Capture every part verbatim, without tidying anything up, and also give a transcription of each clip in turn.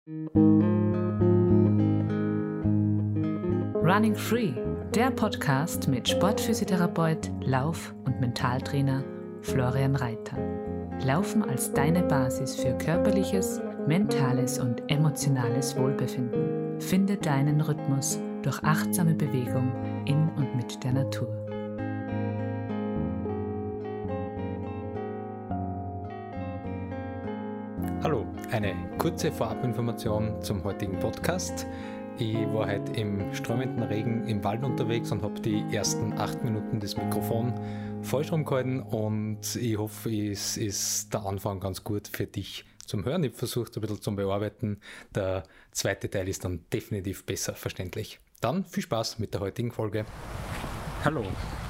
Running Free, der Podcast mit Sportphysiotherapeut, Lauf- und Mentaltrainer Florian Reiter. Laufen als deine Basis für körperliches, mentales und emotionales Wohlbefinden. Finde deinen Rhythmus durch achtsame Bewegung in und mit der Natur. Hallo, eine kurze Vorabinformation zum heutigen Podcast. Ich war heute im strömenden Regen im Wald unterwegs und habe die ersten acht Minuten das Mikrofon falsch rumgehalten und ich hoffe, es ist der Anfang ganz gut für dich zum Hören. Ich habe versucht, ein bisschen zum Bearbeiten. Der zweite Teil ist dann definitiv besser verständlich. Dann viel Spaß mit der heutigen Folge. Hallo.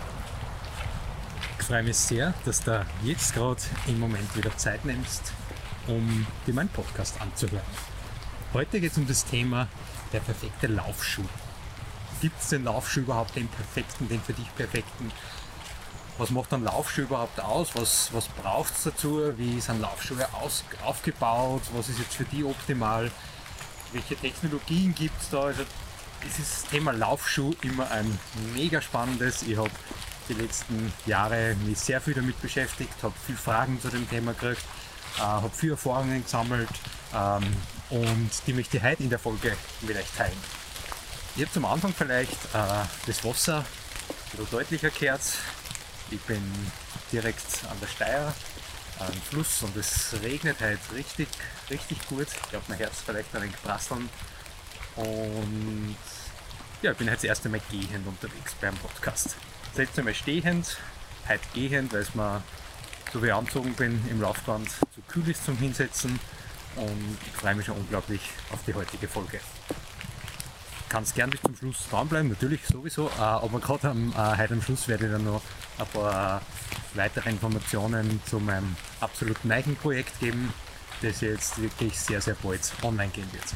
Ich freue mich sehr, dass du jetzt gerade im Moment wieder Zeit nimmst, um dir meinen Podcast anzuhören. Heute geht es um das Thema der perfekte Laufschuh. Gibt es den Laufschuh überhaupt, den perfekten, den für dich perfekten? Was macht ein Laufschuh überhaupt aus? Was, was braucht es dazu? Wie sind Laufschuhe aus, aufgebaut? Was ist jetzt für die optimal? Welche Technologien gibt es da? Also, es ist das Thema Laufschuh immer ein mega spannendes. Ich habe die letzten Jahre mich sehr viel damit beschäftigt, habe viele Fragen zu dem Thema gekriegt, äh, habe viele Erfahrungen gesammelt ähm, und die möchte ich heute in der Folge mit euch teilen. Ich habe zum Anfang vielleicht äh, das Wasser ein bisschen deutlicher gehört. Ich bin direkt an der Steyr, am Fluss, und es regnet heute richtig, richtig gut. Ich glaube, mein Herz vielleicht ein wenig prasseln. Und ja, ich bin heute das erste Mal gehend unterwegs beim Podcast. Das letzte Mal stehend, heute gehend, weil es mir, so wie ich angezogen bin, im Laufband zu kühl ist zum Hinsetzen. Und ich freue mich schon unglaublich auf die heutige Folge. Kannst gern bis zum Schluss dranbleiben, natürlich sowieso, äh, aber gerade am, äh, heute am Schluss werde ich dann noch ein paar äh, weitere Informationen zu meinem absolut neuen Projekt geben, das jetzt wirklich sehr, sehr bald online gehen wird.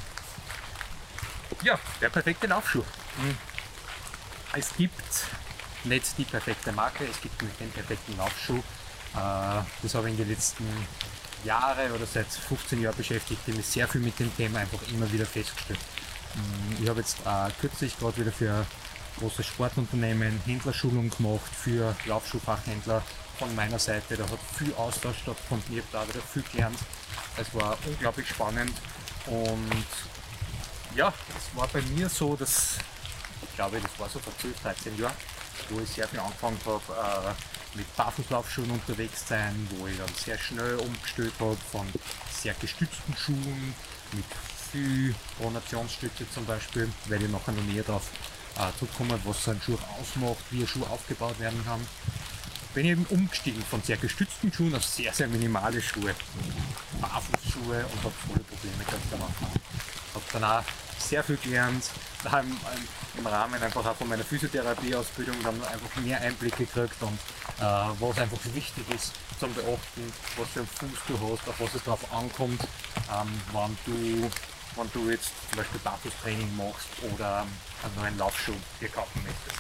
Ja, der perfekte Laufschuh. Hm. Es gibt nicht die perfekte Marke, es gibt nicht den perfekten Laufschuh. Äh, das habe ich in den letzten Jahren oder seit fünfzehn Jahren beschäftigt, ich mich sehr viel mit dem Thema einfach immer wieder festgestellt. Ich habe jetzt äh, kürzlich gerade wieder für ein großes Sportunternehmen Händlerschulung gemacht für Laufschuhfachhändler von meiner Seite. Da hat viel Austausch stattgefunden, ich habe da wieder viel gelernt. Es war unglaublich spannend und ja, es war bei mir so, dass ich glaube, das war so vor zwölf, dreizehn Jahren, wo ich sehr viel angefangen habe äh, mit Barfußlaufschuhen unterwegs zu sein, wo ich dann sehr schnell umgestellt habe von sehr gestützten Schuhen mit viel Pronationsstütze zum Beispiel, weil ich nachher noch näher darauf äh, zurückkomme, was so ein Schuh ausmacht, wie ein Schuh aufgebaut werden kann. Bin eben umgestiegen von sehr gestützten Schuhen auf sehr, sehr minimale Schuhe, Barfußschuhe, und habe volle Probleme gehabt am Anfang. Habe dann auch sehr viel gelernt, da im, im Rahmen einfach auch von meiner Physiotherapie-Ausbildung dann einfach mehr Einblicke gekriegt und äh, was einfach wichtig ist zum Beachten, was für einen Fuß du hast, auf was es drauf ankommt, ähm, wenn du wenn du jetzt zum Beispiel Barfußtraining machst oder einen neuen Laufschuh dir kaufen möchtest.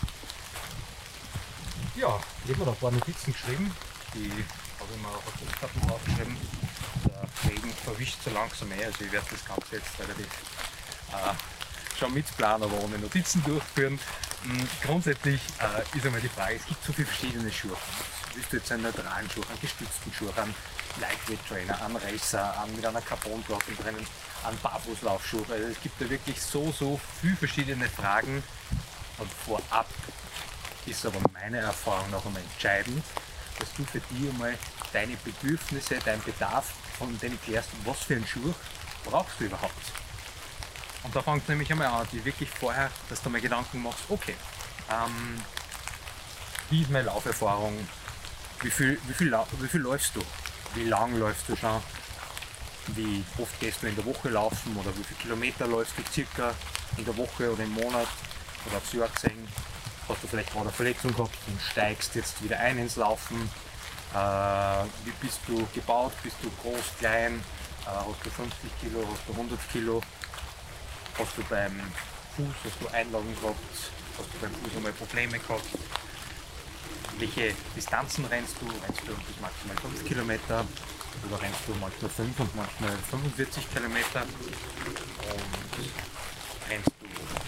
Ja, ich habe mir da ein paar Notizen geschrieben, die habe ich mir auf der Postkarten draufgeschrieben. Der Regen verwischt so langsam her, also ich werde das Ganze jetzt relativ äh, schon mit Plan, aber ohne Notizen durchführen. Mhm, grundsätzlich äh, ist einmal die Frage, es gibt so viele verschiedene Schuhe. Willst du jetzt einen neutralen Schuh, einen gestützten Schuh, einen Lightweight Trainer, einen Racer, einen mit einer Carbonplatte drinnen, einen Barfußlaufschuh? Also es gibt da wirklich so, so viele verschiedene Fragen. Und vorab ist aber meine Erfahrung noch einmal entscheidend, dass du für dich einmal deine Bedürfnisse, deinen Bedarf von dem klärst, was für einen Schuh brauchst du überhaupt. Und da fängt es nämlich einmal an, die wirklich vorher, dass du mal Gedanken machst, okay, ähm, wie ist meine Lauferfahrung? Wie viel, wie, viel, wie viel läufst du? Wie lang läufst du schon? Wie oft gehst du in der Woche laufen oder wie viele Kilometer läufst du circa in der Woche oder im Monat oder aufs Jahr gesehen? Hast du vielleicht gerade eine Verletzung gehabt und steigst jetzt wieder ein ins Laufen? Äh, wie bist du gebaut? Bist du groß, klein? Äh, hast du fünfzig Kilo? Hast du hundert Kilo? Hast du beim Fuß, hast du Einlagen gehabt? Hast du beim Fuß einmal Probleme gehabt? Welche Distanzen rennst du? Rennst du bis maximal fünf Kilometer oder rennst du manchmal fünf und manchmal fünfundvierzig Kilometer?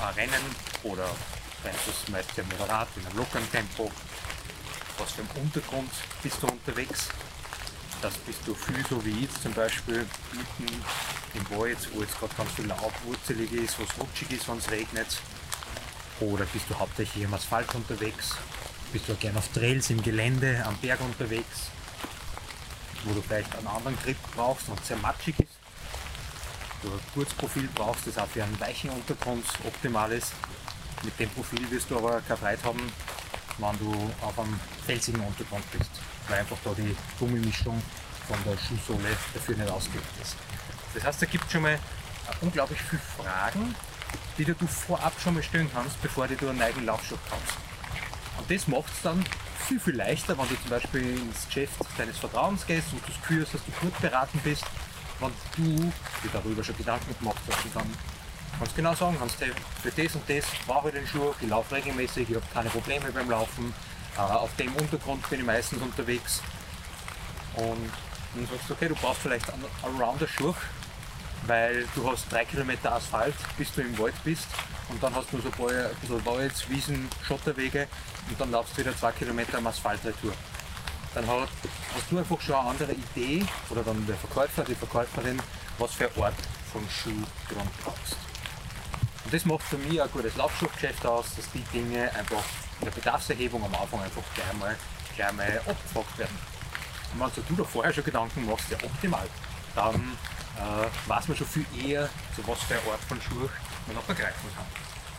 Rennen oder rennst du es meist sehr moderat, in einem lockeren Tempo? Was für einen Untergrund bist du unterwegs? Das bist du viel so wie jetzt zum Beispiel mitten im Wald, wo jetzt gerade ganz viel Laub wurzelig ist, wo es rutschig ist, wenn es regnet. Oder bist du hauptsächlich am Asphalt unterwegs? Bist du auch gerne auf Trails im Gelände, am Berg unterwegs, wo du vielleicht einen anderen Grip brauchst und sehr matschig ist. Du ein Kurzprofil brauchst, das auch für einen weichen Untergrund optimal ist. Mit dem Profil wirst du aber keine Freude haben, wenn du auf einem felsigen Untergrund bist, weil einfach da die Gummimischung von der Schuhsohle dafür nicht ausgelegt ist. Das heißt, da gibt es schon mal unglaublich viele Fragen, die du vorab schon mal stellen kannst, bevor du einen neuen Laufschuh kaufst. Und das macht es dann viel, viel leichter, wenn du zum Beispiel ins Geschäft deines Vertrauens gehst und du das Gefühl hast, dass du gut beraten bist, wenn du dir darüber schon Gedanken gemacht hast und dann kannst du genau sagen, kannst du für das und das brauche ich den Schuh, ich laufe regelmäßig, ich habe keine Probleme beim Laufen, äh, auf dem Untergrund bin ich meistens unterwegs und dann sagst du, okay, du brauchst vielleicht einen Allrounder-Schuh, weil du hast drei Kilometer Asphalt, bis du im Wald bist und dann hast du so ein paar ein bisschen Wald, Wiesen, Schotterwege und dann laufst du wieder zwei Kilometer am Asphalt retour. Dann hast, hast du einfach schon eine andere Idee oder dann der Verkäufer, die Verkäuferin, was für eine Art von Schuh du dann brauchst. Und das macht für mich ein gutes Laufschuhgeschäft aus, dass die Dinge einfach in der Bedarfserhebung am Anfang einfach gleich mal, gleich mal abgefragt werden. Und wenn du da vorher schon Gedanken machst, ja optimal, dann äh, weiß man schon viel eher, zu was für eine Art von Schuh man noch ergreifen kann.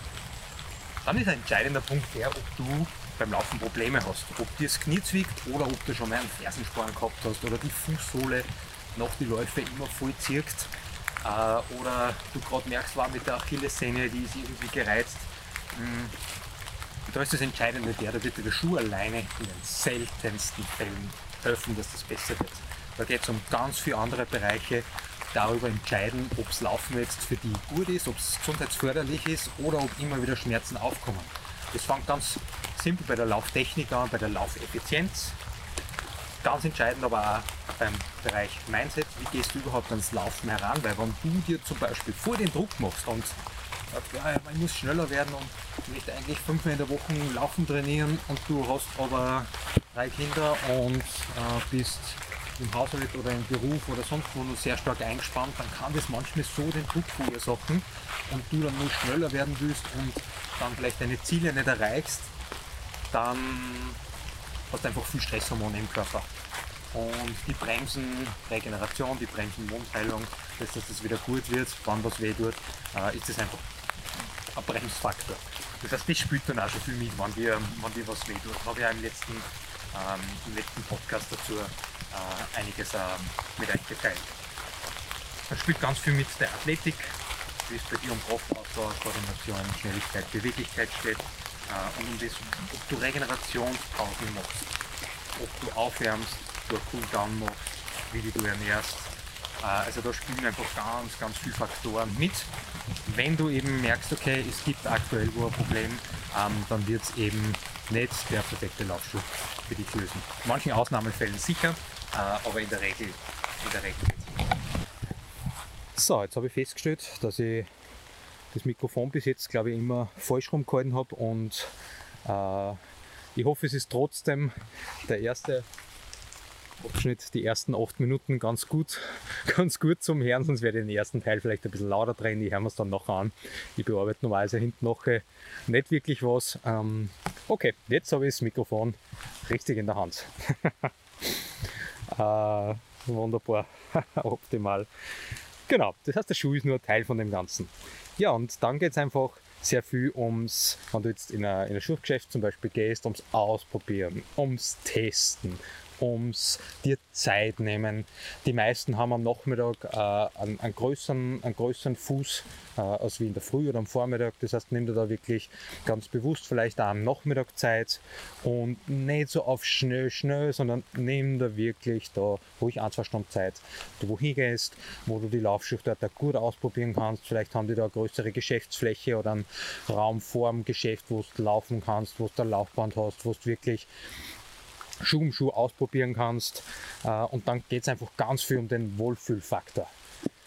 Dann ist ein entscheidender Punkt der, ob du beim Laufen Probleme hast. Ob dir das Knie zwickt oder ob du schon mal einen Fersensporn gehabt hast oder die Fußsohle nach den Läufen immer voll zirkt. Äh, oder du gerade merkst, war mit der Achillessehne, die ist irgendwie gereizt. Mhm. Da ist das Entscheidende der, da wird dir der Schuh alleine in den seltensten Fällen helfen, dass das besser wird. Da geht es um ganz viele andere Bereiche, darüber entscheiden, ob das Laufen jetzt für die gut ist, ob es gesundheitsförderlich ist oder ob immer wieder Schmerzen aufkommen. Das fängt ganz simpel bei der Lauftechnik an, bei der Laufeffizienz. Ganz entscheidend aber auch beim Bereich Mindset, wie gehst du überhaupt ans Laufen heran, weil wenn du dir zum Beispiel vor den Druck machst und sagst, ja, man muss schneller werden und ich möchte eigentlich fünfmal in der Woche Laufen trainieren und du hast aber drei Kinder und äh, bist im Haushalt oder im Beruf oder sonst wo nur sehr stark eingespannt, dann kann das manchmal so den Druck verursachen und du dann nur schneller werden willst und dann vielleicht deine Ziele nicht erreichst, dann hast du einfach viel Stresshormone im Körper. Und die bremsen Regeneration, die bremsen Wundheilung, dass das wieder gut wird, wenn was weh tut, äh, ist das einfach ein Bremsfaktor. Das heißt, das spielt dann auch schon viel mit, wenn dir, wenn dir was weh tut. Da habe ich ja im letzten, ähm, im letzten Podcast dazu äh, einiges äh, mit euch geteilt. Das spielt ganz viel mit der Athletik, wie es bei dir um Kraftausdauer, Koordination, Schnelligkeit, Beweglichkeit steht. Äh, und um das, ob du Regenerationspausen machst, ob du aufwärmst, du ein Cooldown machst, wie du ernährst. Äh, also da spielen einfach ganz, ganz viele Faktoren mit. Wenn du eben merkst, okay, es gibt aktuell wo ein Problem, ähm, dann wird es eben nicht der perfekte Laufschuh für dich lösen. In manchen Ausnahmefällen sicher, äh, aber in der Regel, in der Regel nicht. So, jetzt habe ich festgestellt, dass ich das Mikrofon bis jetzt, glaube ich, immer falsch rumgehalten habe und äh, ich hoffe, es ist trotzdem der erste Abschnitt, die ersten acht Minuten ganz gut, ganz gut zum Hören, sonst werde ich den ersten Teil vielleicht ein bisschen lauter drehen, ich höre mir es dann nachher an. Ich bearbeite normalerweise hinten nachher nicht wirklich was. Ähm, okay, jetzt habe ich das Mikrofon richtig in der Hand. äh, wunderbar, optimal. Genau, das heißt, der Schuh ist nur ein Teil von dem Ganzen. Ja, und dann geht es einfach sehr viel ums, wenn du jetzt in ein, in ein Schuhgeschäft zum Beispiel gehst, ums Ausprobieren, ums Testen, ums dir Zeit nehmen. Die meisten haben am Nachmittag äh, einen, einen, größeren, einen größeren Fuß äh, als wie in der Früh oder am Vormittag. Das heißt, nimm dir da wirklich ganz bewusst vielleicht auch am Nachmittag Zeit und nicht so auf schnell, schnell, sondern nimm da wirklich da ruhig ein, zwei Stunden Zeit, du wohin gehst, wo du die Laufschuhe dort auch gut ausprobieren kannst. Vielleicht haben die da eine größere Geschäftsfläche oder einen Raum vor dem Geschäft, wo du laufen kannst, wo du ein Laufband hast, wo du wirklich Schuh um Schuh ausprobieren kannst, äh, und dann geht es einfach ganz viel um den Wohlfühlfaktor.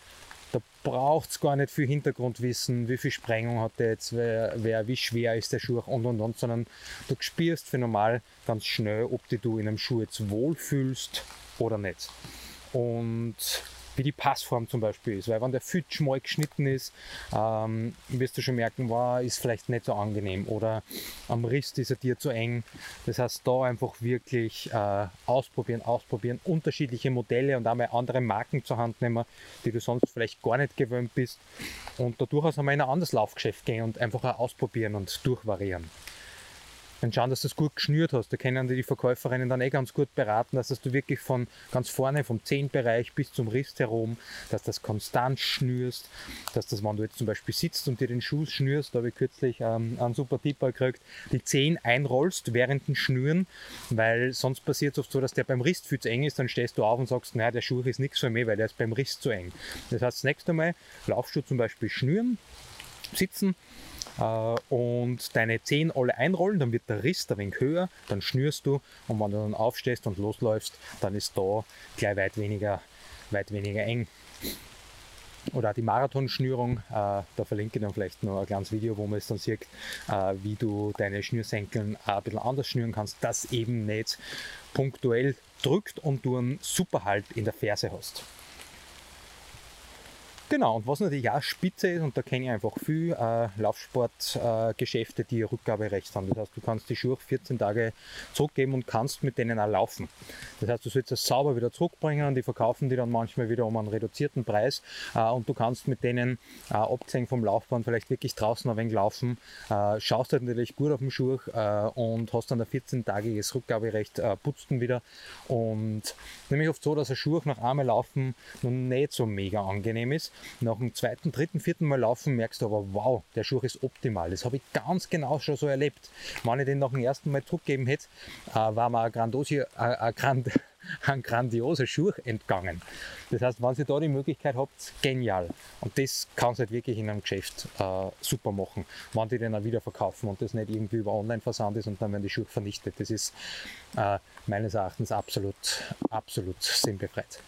Da braucht es gar nicht viel Hintergrundwissen, wie viel Sprengung hat der jetzt, wer, wer, wie schwer ist der Schuh und und und, sondern du spürst für normal ganz schnell, ob dich du in einem Schuh jetzt wohlfühlst oder nicht. Und wie die Passform zum Beispiel ist, weil wenn der viel schmal geschnitten ist, ähm, wirst du schon merken, wow, ist vielleicht nicht so angenehm oder am Rist ist er dir zu eng. Das heißt, da einfach wirklich äh, ausprobieren, ausprobieren, unterschiedliche Modelle und auch mal andere Marken zur Hand nehmen, die du sonst vielleicht gar nicht gewöhnt bist und da durchaus einmal in ein anderes Laufgeschäft gehen und einfach auch ausprobieren und durchvariieren. Dann schauen, dass du es gut geschnürt hast. Da können die Verkäuferinnen dann eh ganz gut beraten, dass du wirklich von ganz vorne, vom Zehenbereich bis zum Rist herum, dass das konstant schnürst, dass das, wenn du jetzt zum Beispiel sitzt und dir den Schuh schnürst, da habe ich kürzlich ähm, einen super Tipp gekriegt, die Zehen einrollst während dem Schnüren, weil sonst passiert es oft so, dass der beim Rist viel zu eng ist, dann stehst du auf und sagst, naja, der Schuh ist nichts für mich, weil der ist beim Rist zu eng. Das heißt, das nächste Mal Laufschuh zum Beispiel schnüren, sitzen, und deine Zehen alle einrollen, dann wird der Rist ein wenig höher, dann schnürst du und wenn du dann aufstehst und losläufst, dann ist da gleich weit weniger, weit weniger eng. Oder auch die Marathonschnürung, äh, da verlinke ich dann vielleicht noch ein kleines Video, wo man es dann sieht, äh, wie du deine Schnürsenkeln auch ein bisschen anders schnüren kannst, dass eben nicht punktuell drückt und du einen super Halt in der Ferse hast. Genau, und was natürlich auch spitze ist, und da kenne ich einfach viele äh, Laufsportgeschäfte, äh, die Rückgaberecht haben. Das heißt, du kannst die Schuhe vierzehn Tage zurückgeben und kannst mit denen auch laufen. Das heißt, du sollst das sauber wieder zurückbringen und die verkaufen die dann manchmal wieder um einen reduzierten Preis äh, und du kannst mit denen, äh, abgesehen vom Laufband, vielleicht wirklich draußen ein wenig laufen, äh, schaust halt natürlich gut auf den Schuh äh, und hast dann ein vierzehn-tagiges Rückgaberecht, äh, putzt ihn wieder. Und nämlich oft so, dass ein Schuh nach einmal laufen noch nicht so mega angenehm ist. Nach dem zweiten, dritten, vierten Mal laufen merkst du aber, wow, der Schuh ist optimal. Das habe ich ganz genau schon so erlebt. Wenn ich den nach dem ersten Mal zurückgegeben hätte, äh, war mir ein, Grandosi, äh, ein, Grand, ein grandioser Schuh entgangen. Das heißt, wenn ihr da die Möglichkeit habt, genial. Und das kann es halt wirklich in einem Geschäft äh, super machen, wenn die den auch wieder verkaufen und das nicht irgendwie über Online-Versand ist und dann werden die Schuhe vernichtet. Das ist äh, meines Erachtens absolut, absolut sinnbefreit.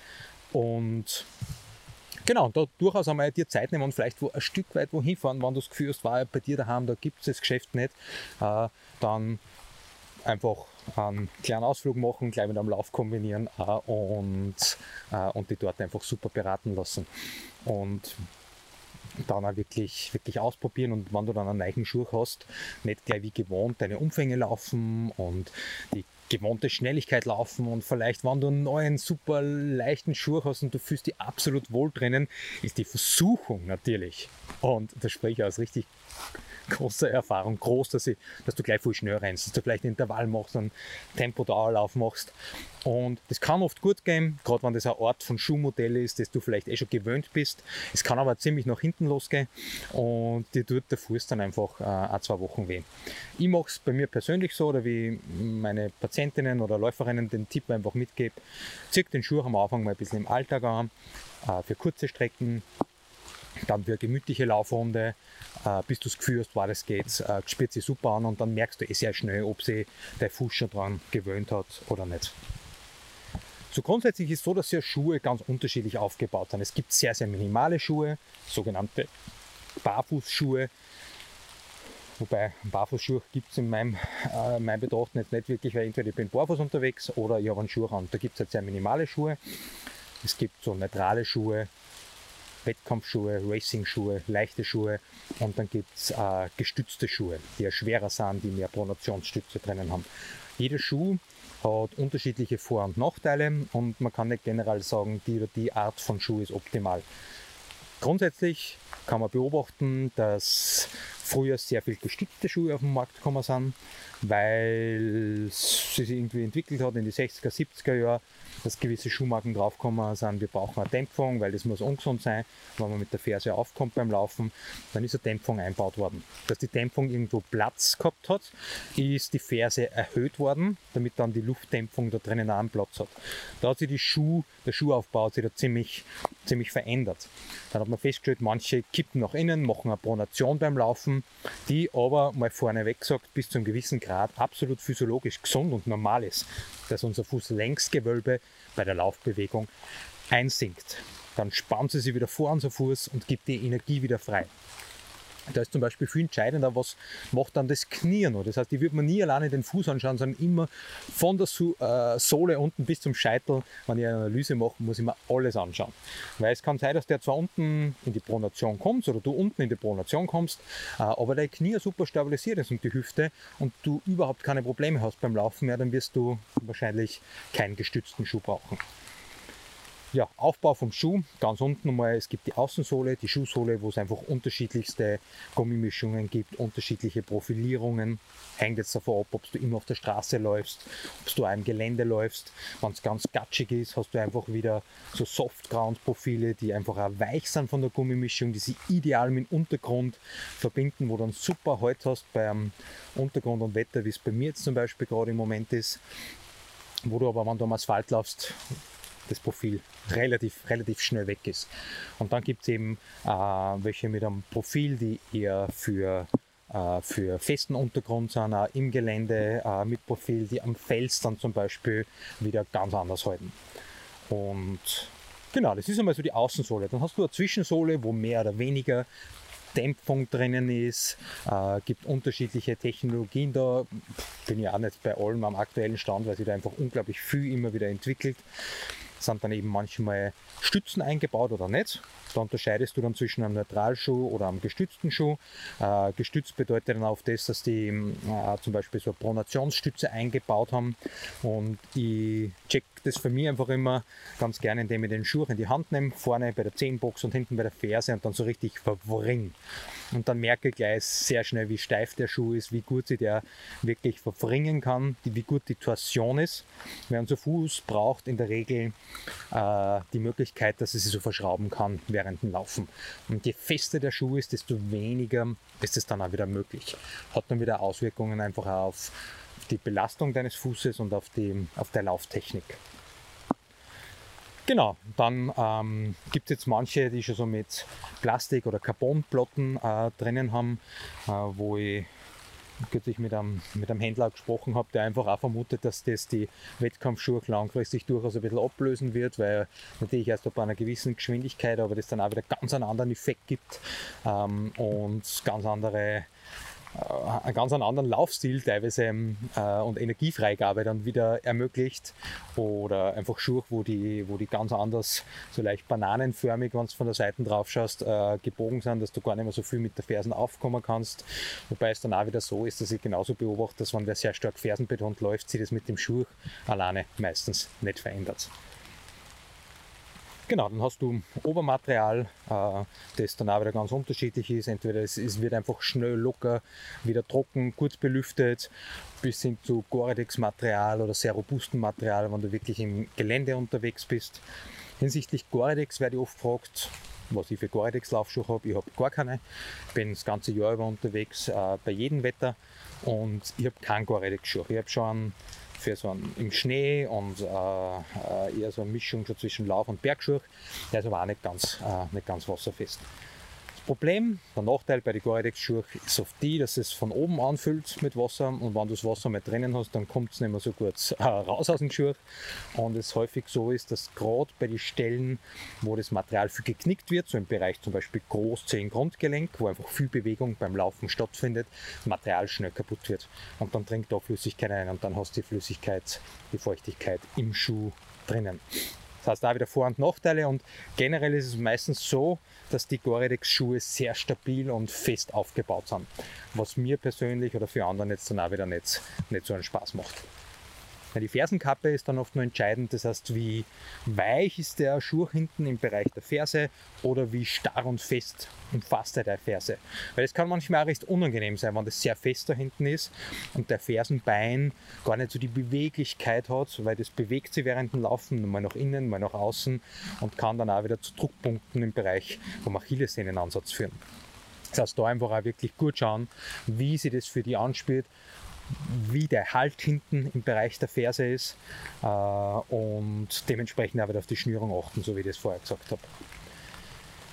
Und genau, da durchaus einmal dir Zeit nehmen und vielleicht wo ein Stück weit wohin fahren, wenn du das Gefühl hast, war bei dir daheim, da gibt es das Geschäft nicht, äh, dann einfach einen kleinen Ausflug machen, gleich mit einem Lauf kombinieren äh, und, äh, und die dort einfach super beraten lassen. Und dann auch wirklich, wirklich ausprobieren und wenn du dann einen neuen Schuh hast, nicht gleich wie gewohnt deine Umfänge laufen und die gewohnte Schnelligkeit laufen und vielleicht, wenn du einen neuen, super leichten Schuh hast und du fühlst dich absolut wohl drinnen, ist die Versuchung natürlich, und das spreche ich aus richtig großer Erfahrung, groß, dass, ich, dass du gleich viel schneller rennst, dass du vielleicht einen Intervall machst, einen Tempo-Dauerlauf machst. Und das kann oft gut gehen, gerade wenn das eine Art von Schuhmodell ist, das du vielleicht eh schon gewöhnt bist. Es kann aber ziemlich nach hinten losgehen und dir tut der Fuß dann einfach äh, ein, zwei Wochen weh. Ich mache es bei mir persönlich so, oder wie meine Patientinnen oder Läuferinnen den Tipp einfach mitgebe, zieh den Schuh am Anfang mal ein bisschen im Alltag an, äh, für kurze Strecken, dann für eine gemütliche Laufrunde, äh, bis du das Gefühl hast, wow, das geht, äh, spürt sich super an und dann merkst du eh sehr schnell, ob sich dein Fuß schon dran gewöhnt hat oder nicht. So grundsätzlich ist es so, dass ja Schuhe ganz unterschiedlich aufgebaut sind. Es gibt sehr, sehr minimale Schuhe, sogenannte Barfußschuhe. Wobei Barfußschuhe gibt es in meinem, äh, meinem Betrachten jetzt nicht wirklich, weil entweder ich bin barfuß unterwegs oder ich habe einen Schuh an. Da gibt es halt sehr minimale Schuhe. Es gibt so neutrale Schuhe, Wettkampfschuhe, Racing-Schuhe, leichte Schuhe und dann gibt es äh, gestützte Schuhe, die ja schwerer sind, die mehr Pronationsstütze drinnen haben. Jeder Schuh hat unterschiedliche Vor- und Nachteile und man kann nicht generell sagen, die oder die Art von Schuh ist optimal. Grundsätzlich kann man beobachten, dass früher sehr viel gestützte Schuhe auf den Markt gekommen sind, weil es sich irgendwie entwickelt hat in die sechziger, siebziger Jahre, dass gewisse Schuhmarken draufgekommen sind, wir brauchen eine Dämpfung, weil das muss ungesund sein, wenn man mit der Ferse aufkommt beim Laufen, dann ist eine Dämpfung eingebaut worden. Dass die Dämpfung irgendwo Platz gehabt hat, ist die Ferse erhöht worden, damit dann die Luftdämpfung da drinnen auch einen Platz hat. Da hat sich die Schuh, der Schuhaufbau hat sich da ziemlich, ziemlich verändert. Dann hat man festgestellt, manche kippen nach innen, machen eine Pronation beim Laufen, die aber, mal vorneweg gesagt, bis zu einem gewissen Grad absolut physiologisch gesund und normal ist, dass unser Fußlängsgewölbe bei der Laufbewegung einsinkt. dann spannt sie sich wieder vor an den Fuß und gibt die Energie wieder frei. Da ist zum Beispiel viel entscheidender, was macht dann das Knie noch. Das heißt, ich würde mir nie alleine den Fuß anschauen, sondern immer von der Sohle unten bis zum Scheitel. Wenn ich eine Analyse mache, muss ich mir alles anschauen. Weil es kann sein, dass der zwar unten in die Pronation kommt oder du unten in die Pronation kommst, aber dein Knie super stabilisiert ist und die Hüfte und du überhaupt keine Probleme hast beim Laufen mehr, dann wirst du wahrscheinlich keinen gestützten Schuh brauchen. Ja, Aufbau vom Schuh, ganz unten nochmal, es gibt die Außensohle, die Schuhsohle, wo es einfach unterschiedlichste Gummimischungen gibt, unterschiedliche Profilierungen. Hängt jetzt davon ab, ob du immer auf der Straße läufst, ob du auch im Gelände läufst. Wenn es ganz gatschig ist, hast du einfach wieder so Soft-Ground-Profile, die einfach auch weich sind von der Gummimischung, die sich ideal mit dem Untergrund verbinden, wo du dann super Halt hast beim Untergrund und Wetter, wie es bei mir jetzt zum Beispiel gerade im Moment ist, wo du aber, wenn du am Asphalt laufst, das Profil relativ, relativ schnell weg ist. Und dann gibt es eben äh, welche mit einem Profil, die eher für, äh, für festen Untergrund sind, auch im Gelände äh, mit Profil, die am Fels dann zum Beispiel wieder ganz anders halten. Und genau, das ist einmal so die Außensohle. Dann hast du eine Zwischensohle, wo mehr oder weniger Dämpfung drinnen ist, äh, gibt unterschiedliche Technologien da, bin ja auch nicht bei allem am aktuellen Stand, weil sich da einfach unglaublich viel immer wieder entwickelt. Sind dann eben manchmal Stützen eingebaut oder nicht. Da unterscheidest du dann zwischen einem Neutralschuh oder einem gestützten Schuh. Äh, gestützt bedeutet dann auf das, dass die äh, zum Beispiel so eine Pronationsstütze eingebaut haben. Und ich check das für mich einfach immer ganz gerne, indem ich den Schuh in die Hand nehme, vorne bei der Zehenbox und hinten bei der Ferse und dann so richtig verwring. Und dann merke ich gleich sehr schnell, wie steif der Schuh ist, wie gut sich der wirklich verwringen kann, wie gut die Torsion ist. Weil unser Fuß braucht in der Regel äh, die Möglichkeit, dass es sich so verschrauben kann während dem Laufen. Und je fester der Schuh ist, desto weniger ist es dann auch wieder möglich. Hat dann wieder Auswirkungen einfach auf die Belastung deines Fußes und auf die, auf der Lauftechnik. Genau, dann ähm, gibt es jetzt manche, die schon so mit Plastik- oder Carbonplatten äh, drinnen haben, äh, wo ich kürzlich mit einem, mit einem Händler gesprochen habe, der einfach auch vermutet, dass das die Wettkampfschuhe langfristig durchaus ein bisschen ablösen wird, weil natürlich erst ab einer gewissen Geschwindigkeit, aber das dann auch wieder ganz einen anderen Effekt gibt ähm, und ganz andere einen ganz anderen Laufstil teilweise äh, und Energiefreigabe dann wieder ermöglicht oder einfach Schuhe, wo die, wo die ganz anders, so leicht bananenförmig, wenn du von der Seite drauf schaust, äh, gebogen sind, dass du gar nicht mehr so viel mit der Fersen aufkommen kannst. Wobei es dann auch wieder so ist, dass ich genauso beobachte, dass wenn wer sehr stark fersenbetont läuft, sich das mit dem Schuh alleine meistens nicht verändert. Genau, dann hast du Obermaterial, äh, das dann auch wieder ganz unterschiedlich ist. Entweder es, es wird einfach schnell locker, wieder trocken, gut belüftet, bis hin zu Gore-Tex-Material oder sehr robusten Material, wenn du wirklich im Gelände unterwegs bist. Hinsichtlich Gore-Tex werde ich oft gefragt, was ich für Gore-Tex-Laufschuhe habe. Ich habe gar keine. Ich bin das ganze Jahr über unterwegs, äh, bei jedem Wetter, und ich habe keinen Gore-Tex-Schuh. Ich habe schon einen für so einen im Schnee und äh, eher so eine Mischung schon zwischen Lauf- und Bergschuh. Der ist aber auch nicht ganz, äh, nicht ganz wasserfest. Das Problem, der Nachteil bei den Gore-Tex-Schuhen ist oft die, dass es von oben anfüllt mit Wasser, und wenn du das Wasser mal drinnen hast, dann kommt es nicht mehr so gut äh, raus aus dem Schuh. Und es häufig so ist, dass gerade bei den Stellen, wo das Material viel geknickt wird, so im Bereich zum Beispiel Großzehen-Grundgelenk, wo einfach viel Bewegung beim Laufen stattfindet, Material schnell kaputt wird. Und dann dringt da Flüssigkeit ein und dann hast du die Flüssigkeit, die Feuchtigkeit im Schuh drinnen. Das heißt, da wieder Vor- und Nachteile, und generell ist es meistens so, dass die Gore-Tex-Schuhe sehr stabil und fest aufgebaut sind, was mir persönlich oder für anderen jetzt dann auch wieder nicht, nicht so einen Spaß macht. Die Fersenkappe ist dann oft nur entscheidend, das heißt, wie weich ist der Schuh hinten im Bereich der Ferse oder wie starr und fest umfasst er der Ferse. Weil es kann manchmal auch recht unangenehm sein, wenn das sehr fest da hinten ist und der Fersenbein gar nicht so die Beweglichkeit hat, weil das bewegt sich während dem Laufen mal nach innen, mal nach außen und kann dann auch wieder zu Druckpunkten im Bereich vom Achillessehnenansatz führen. Das heißt, da einfach auch wirklich gut schauen, wie sich das für die anspielt, wie der Halt hinten im Bereich der Ferse ist äh, und dementsprechend auch wieder auf die Schnürung achten, so wie ich das vorher gesagt habe.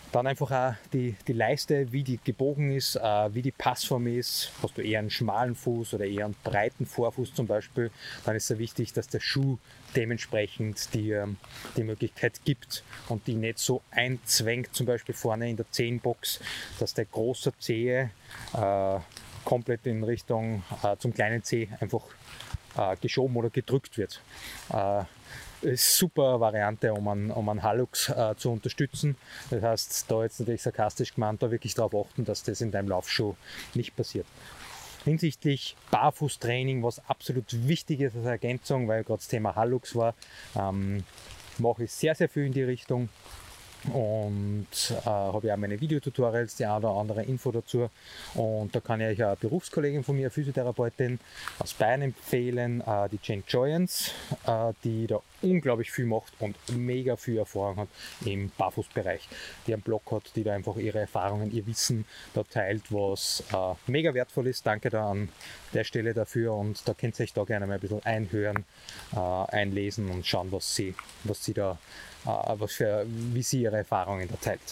Dann einfach auch die, die Leiste, wie die gebogen ist, äh, wie die Passform ist. Hast du eher einen schmalen Fuß oder eher einen breiten Vorfuß zum Beispiel, dann ist es wichtig, dass der Schuh dementsprechend die, ähm, die Möglichkeit gibt und die nicht so einzwängt, zum Beispiel vorne in der Zehenbox, dass der große Zehe äh, komplett in Richtung äh, zum kleinen Zeh einfach äh, geschoben oder gedrückt wird. Äh, ist eine super Variante, um einen, um einen Hallux äh, zu unterstützen. Das heißt, da jetzt natürlich sarkastisch gemeint, da wirklich darauf achten, dass das in deinem Laufschuh nicht passiert. Hinsichtlich Barfußtraining, was absolut wichtig ist als Ergänzung, weil gerade das Thema Hallux war, ähm, mache ich sehr, sehr viel in die Richtung. Und äh, habe ja auch meine Videotutorials, die eine oder andere Info dazu. Und da kann ich euch eine Berufskollegin von mir, eine Physiotherapeutin aus Bayern empfehlen, äh, die Jane Joyens, äh, die da unglaublich viel macht und mega viel Erfahrung hat im Barfußbereich. Die einen Blog hat, die da einfach ihre Erfahrungen, ihr Wissen da teilt, was äh, mega wertvoll ist. Danke da an der Stelle dafür, und da könnt ihr euch da gerne mal ein bisschen einhören, äh, einlesen und schauen, was sie, was sie da was für, wie sie ihre Erfahrungen da teilt.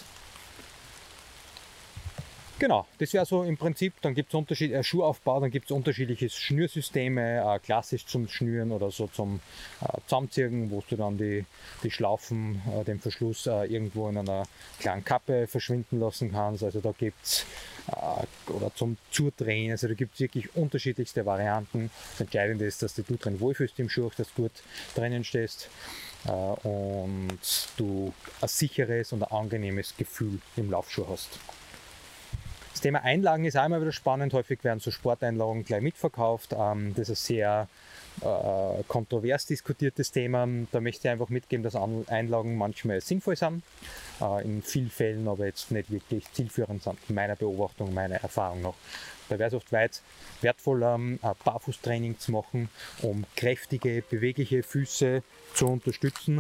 Genau, das wäre so im Prinzip. Dann gibt es unterschiedliche äh, Schuhaufbau, dann gibt es unterschiedliche Schnürsysteme, äh, klassisch zum Schnüren oder so zum äh, Zusammenziehen, wo du dann die, die Schlaufen, äh, den Verschluss äh, irgendwo in einer kleinen Kappe verschwinden lassen kannst. Also da gibt es äh, oder zum Zudrehen, also da gibt es wirklich unterschiedlichste Varianten. Das Entscheidende ist, dass du drin wohlfühlst im Schuh, dass du gut drinnen stehst und du ein sicheres und ein angenehmes Gefühl im Laufschuh hast. Das Thema Einlagen ist auch immer wieder spannend. Häufig werden so Sporteinlagen gleich mitverkauft. Das ist ein sehr äh, kontrovers diskutiertes Thema. Da möchte ich einfach mitgeben, dass Einlagen manchmal sinnvoll sind, äh, in vielen Fällen aber jetzt nicht wirklich zielführend sind, meiner Beobachtung, meiner Erfahrung nach. Da wäre es oft weit wertvoller, ein Barfußtraining zu machen, um kräftige, bewegliche Füße zu unterstützen.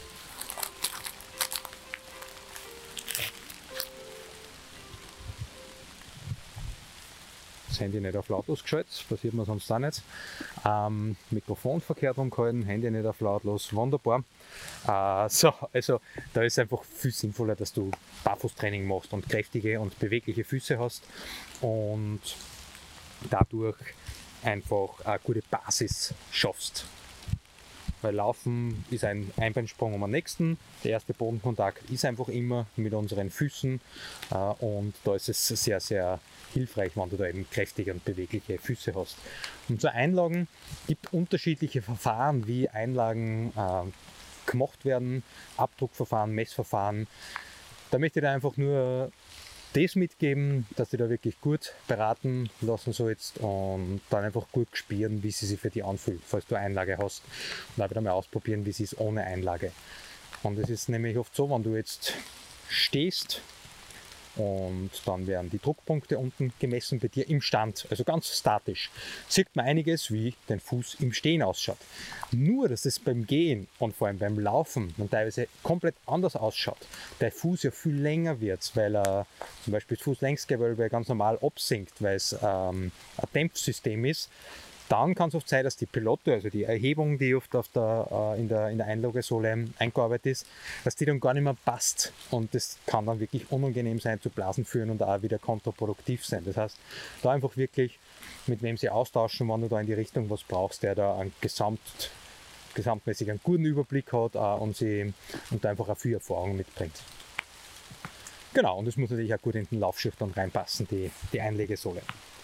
Das Handy nicht auf lautlos geschaltet, passiert mir sonst auch nicht. Ähm, Mikrofon verkehrt rumgehalten, Handy nicht auf lautlos, wunderbar. Äh, so, also da ist einfach viel sinnvoller, dass du Barfußtraining machst und kräftige und bewegliche Füße hast und dadurch einfach eine gute Basis schaffst. Weil Laufen ist ein Einbeinsprung um den nächsten. Der erste Bodenkontakt ist einfach immer mit unseren Füßen äh, und da ist es sehr, sehr hilfreich, wenn du da eben kräftige und bewegliche Füße hast. Und so Einlagen gibt unterschiedliche Verfahren, wie Einlagen äh, gemacht werden, Abdruckverfahren, Messverfahren. Da möchte ich dir einfach nur das mitgeben, dass du da wirklich gut beraten lassen sollst und dann einfach gut spüren, wie sie sich für dich anfühlt, falls du Einlage hast, und auch wieder mal ausprobieren, wie sie ist ohne Einlage. Und es ist nämlich oft so, wenn du jetzt stehst und dann werden die Druckpunkte unten gemessen bei dir im Stand, also ganz statisch, sieht man einiges, wie dein Fuß im Stehen ausschaut. Nur, dass es beim Gehen und vor allem beim Laufen dann teilweise komplett anders ausschaut. Der Fuß ja viel länger wird, weil er zum Beispiel das Fußlängsgewölbe ganz normal absinkt, weil es ähm, ein Dämpfsystem ist. Dann kann es oft sein, dass die Pilotte, also die Erhebung, die oft auf der, äh, in, der, in der Einlagesohle eingearbeitet ist, dass die dann gar nicht mehr passt. Und das kann dann wirklich unangenehm sein, zu Blasen führen und auch wieder kontraproduktiv sein. Das heißt, da einfach wirklich mit wem sie austauschen, wenn du da in die Richtung was brauchst, der da einen Gesamt, gesamtmäßig einen guten Überblick hat äh, und, sie, und da einfach auch viel Erfahrung mitbringt. Genau, und das muss natürlich auch gut in den Laufschuh dann reinpassen, die, die Einlegesohle.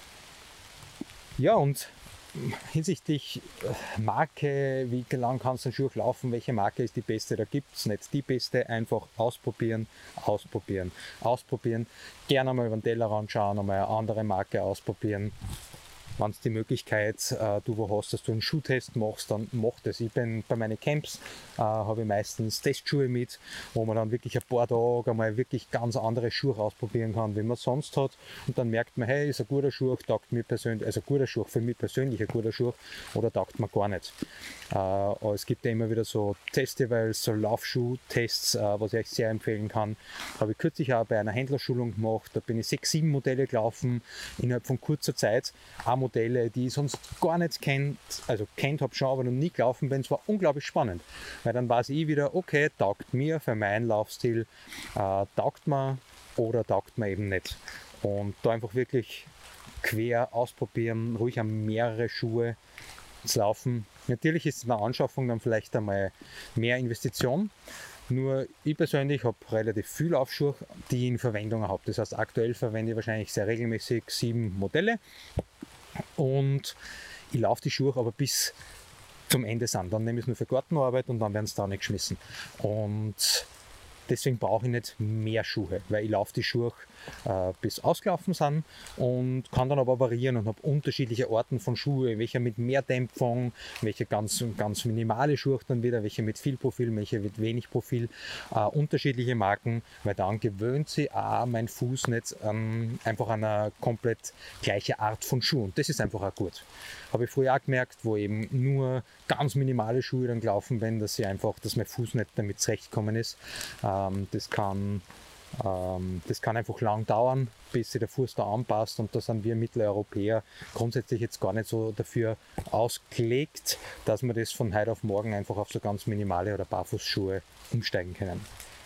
Ja, und hinsichtlich Marke, wie lang kannst du einen Schuh laufen, welche Marke ist die beste, da gibt es nicht die beste, einfach ausprobieren, ausprobieren, ausprobieren, gerne mal über den Tellerrand schauen, einmal eine andere Marke ausprobieren. Wenn es die Möglichkeit äh, du wo hast, dass du einen Schuhtest machst, dann mach das. Ich bin bei meinen Camps, äh, habe ich meistens Testschuhe mit, wo man dann wirklich ein paar Tage einmal wirklich ganz andere Schuhe ausprobieren kann, wie man sonst hat. Und dann merkt man, hey, ist ein guter Schuh, taugt mir persönlich, also ein guter Schuh, für mich persönlich ein guter Schuh, oder taugt mir gar nicht. Äh, aber es gibt ja immer wieder so Festivals, so Laufschuh-Tests, äh, was ich euch sehr empfehlen kann. Habe ich kürzlich auch bei einer Händlerschulung gemacht, da bin ich sechs, sieben Modelle gelaufen, innerhalb von kurzer Zeit. Ein Modelle, die ich sonst gar nicht kennt, also kennt habe schon, aber noch nie gelaufen bin. Es war unglaublich spannend, weil dann weiß ich wieder, okay, taugt mir für meinen Laufstil, äh, taugt mir oder taugt mir eben nicht. Und da einfach wirklich quer ausprobieren, ruhig an mehrere Schuhe zu laufen. Natürlich ist eine Anschaffung dann vielleicht einmal mehr Investition, nur ich persönlich habe relativ viel Laufschuhe, die ich in Verwendung habe. Das heißt, aktuell verwende ich wahrscheinlich sehr regelmäßig sieben Modelle und ich laufe die Schuhe aber bis zum Ende an. Dann nehme ich es nur für Gartenarbeit und dann werden sie da nicht geschmissen. Und deswegen brauche ich nicht mehr Schuhe, weil ich laufe die Schuhe äh, bis ausgelaufen sind und kann dann aber variieren und habe unterschiedliche Arten von Schuhe, welche mit mehr Dämpfung, welche ganz, ganz minimale Schuhe dann wieder, welche mit viel Profil, welche mit wenig Profil, äh, unterschiedliche Marken, weil dann gewöhnt sich auch mein Fuß nicht ähm, einfach an eine komplett gleiche Art von Schuhen. Das ist einfach auch gut. Habe ich früher auch gemerkt, wo eben nur ganz minimale Schuhe dann gelaufen bin, dass ich einfach, dass mein Fuß nicht damit zurechtgekommen ist. Ähm, das kann Ähm, das kann einfach lang dauern, bis sich der Fuß da anpasst, und da sind wir Mitteleuropäer grundsätzlich jetzt gar nicht so dafür ausgelegt, dass wir das von heute auf morgen einfach auf so ganz minimale oder Barfußschuhe umsteigen können.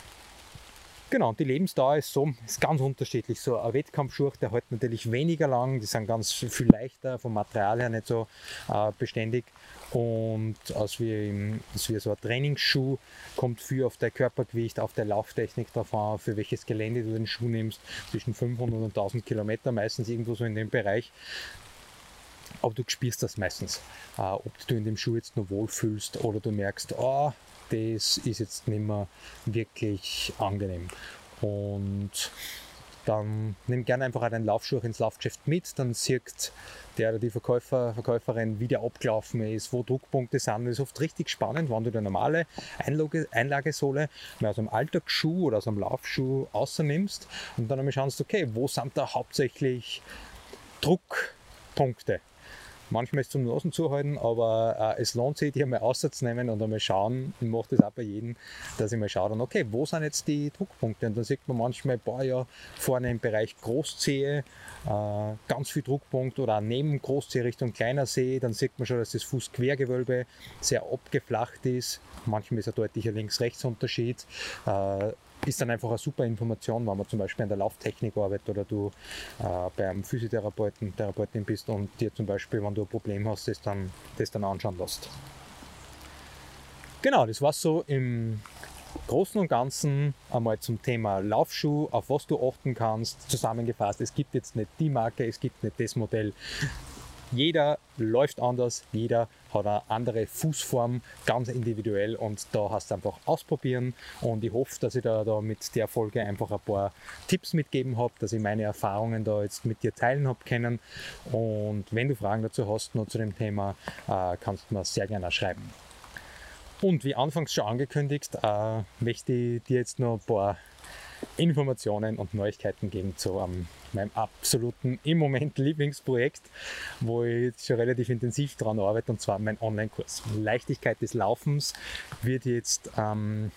Genau, und die Lebensdauer ist so, ist ganz unterschiedlich. So ein Wettkampfschuh, der hält natürlich weniger lang, die sind ganz viel leichter, vom Material her nicht so äh, beständig. Und als wir, im, als wir so ein Trainingsschuh, kommt viel auf dein Körpergewicht, auf deine Lauftechnik drauf an, für welches Gelände du den Schuh nimmst, zwischen fünfhundert und tausend Kilometer, meistens irgendwo so in dem Bereich. Aber du spürst das meistens, äh, ob du in dem Schuh jetzt nur wohlfühlst oder du merkst, oh, das ist jetzt nicht mehr wirklich angenehm. Und dann nimm gerne einfach auch deinen Laufschuh ins Laufgeschäft mit, dann sieht der oder die Verkäufer, Verkäuferin, wie der abgelaufen ist, wo Druckpunkte sind. Das ist oft richtig spannend, wenn du die normale Einlage, Einlagesohle mal aus einem Alltagsschuh oder aus einem Laufschuh rausnimmst und dann einmal schaust, okay, wo sind da hauptsächlich Druckpunkte. Manchmal ist es zum Nasen zuhalten, aber äh, es lohnt sich, die einmal rauszunehmen und einmal schauen, ich mache das auch bei jedem, dass ich mal schaue, dann, okay, wo sind jetzt die Druckpunkte? Und dann sieht man manchmal, boah, ja, vorne im Bereich Großzehe, äh, ganz viel Druckpunkt, oder auch neben Großzehe Richtung kleiner Zeh, dann sieht man schon, dass das Fußquergewölbe sehr abgeflacht ist. Manchmal ist ein deutlicher Links-Rechts-Unterschied. Äh, ist dann einfach eine super Information, wenn man zum Beispiel an der Lauftechnik arbeitet oder du äh, bei einem Physiotherapeuten, Therapeutin bist und dir zum Beispiel, wenn du ein Problem hast, das dann, das dann anschauen lässt. Genau, das war so im Großen und Ganzen einmal zum Thema Laufschuh, auf was du achten kannst, zusammengefasst. Es gibt jetzt nicht die Marke, es gibt nicht das Modell. Jeder läuft anders, jeder hat eine andere Fußform, ganz individuell, und da hast du einfach ausprobieren, und ich hoffe, dass ich da, da mit der Folge einfach ein paar Tipps mitgeben habe, dass ich meine Erfahrungen da jetzt mit dir teilen habe können, und wenn du Fragen dazu hast, noch zu dem Thema, äh, kannst du mir sehr gerne schreiben. Und wie anfangs schon angekündigt, äh, möchte ich dir jetzt noch ein paar Informationen und Neuigkeiten geben zu um, meinem absoluten im Moment Lieblingsprojekt, wo ich jetzt schon relativ intensiv daran arbeite, und zwar mein Online-Kurs. Leichtigkeit des Laufens wird jetzt, ähm,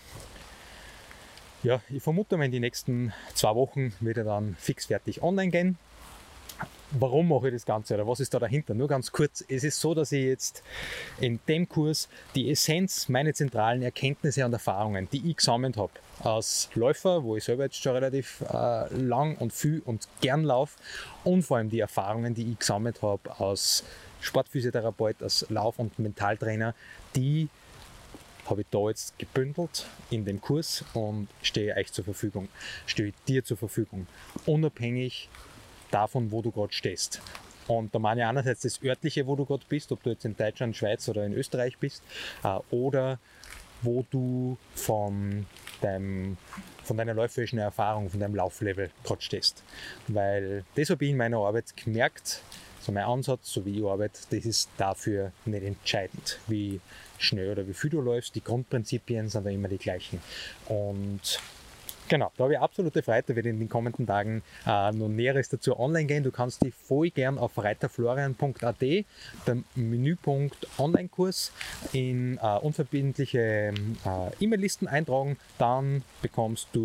ja, ich vermute mal in den nächsten zwei Wochen wird er dann fix fertig online gehen. Warum mache ich das Ganze oder was ist da dahinter? Nur ganz kurz, es ist so, dass ich jetzt in dem Kurs die Essenz, meine zentralen Erkenntnisse und Erfahrungen, die ich gesammelt habe als Läufer, wo ich selber jetzt schon relativ äh, lang und viel und gern laufe, und vor allem die Erfahrungen, die ich gesammelt habe als Sportphysiotherapeut, als Lauf- und Mentaltrainer, die habe ich da jetzt gebündelt in dem Kurs und stehe euch zur Verfügung, stehe dir zur Verfügung, unabhängig davon, wo du gerade stehst. Und da meine ich einerseits das örtliche, wo du gerade bist, ob du jetzt in Deutschland, Schweiz oder in Österreich bist, äh, oder wo du von, deinem, von deiner läuferischen Erfahrung, von deinem Lauflevel gerade stehst. Weil das habe ich in meiner Arbeit gemerkt, so mein Ansatz, so wie ich arbeite, das ist dafür nicht entscheidend, wie schnell oder wie viel du läufst. Die Grundprinzipien sind da immer die gleichen. Und genau, da habe ich absolute Freude, da wird in den kommenden Tagen äh, noch Näheres dazu online gehen. Du kannst dich voll gern auf reiterflorian punkt a t, beim Menüpunkt Online-Kurs, in äh, unverbindliche äh, E-Mail-Listen eintragen. Dann bekommst du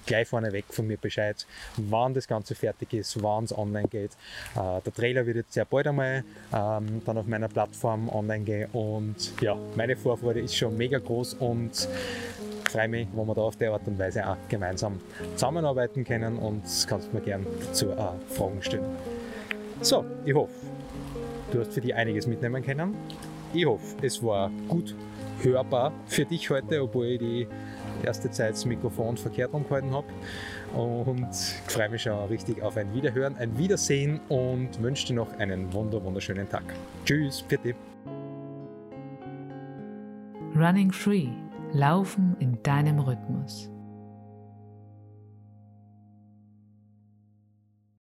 gleich vorneweg von mir Bescheid, wann das Ganze fertig ist, wann es online geht. Äh, der Trailer wird jetzt sehr bald einmal ähm, dann auf meiner Plattform online gehen und ja, meine Vorfreude ist schon mega groß und ich freue mich, wenn wir da auf der Art und Weise auch gemeinsam zusammenarbeiten können und kannst mir gerne dazu äh, Fragen stellen. So, ich hoffe, du hast für dich einiges mitnehmen können. Ich hoffe, es war gut hörbar für dich heute, obwohl ich die erste Zeit das Mikrofon verkehrt umgehalten habe. Und ich freue mich schon richtig auf ein Wiederhören, ein Wiedersehen und wünsche dir noch einen wunder wunderschönen Tag. Tschüss, für dich. Running Free. Laufen in deinem Rhythmus.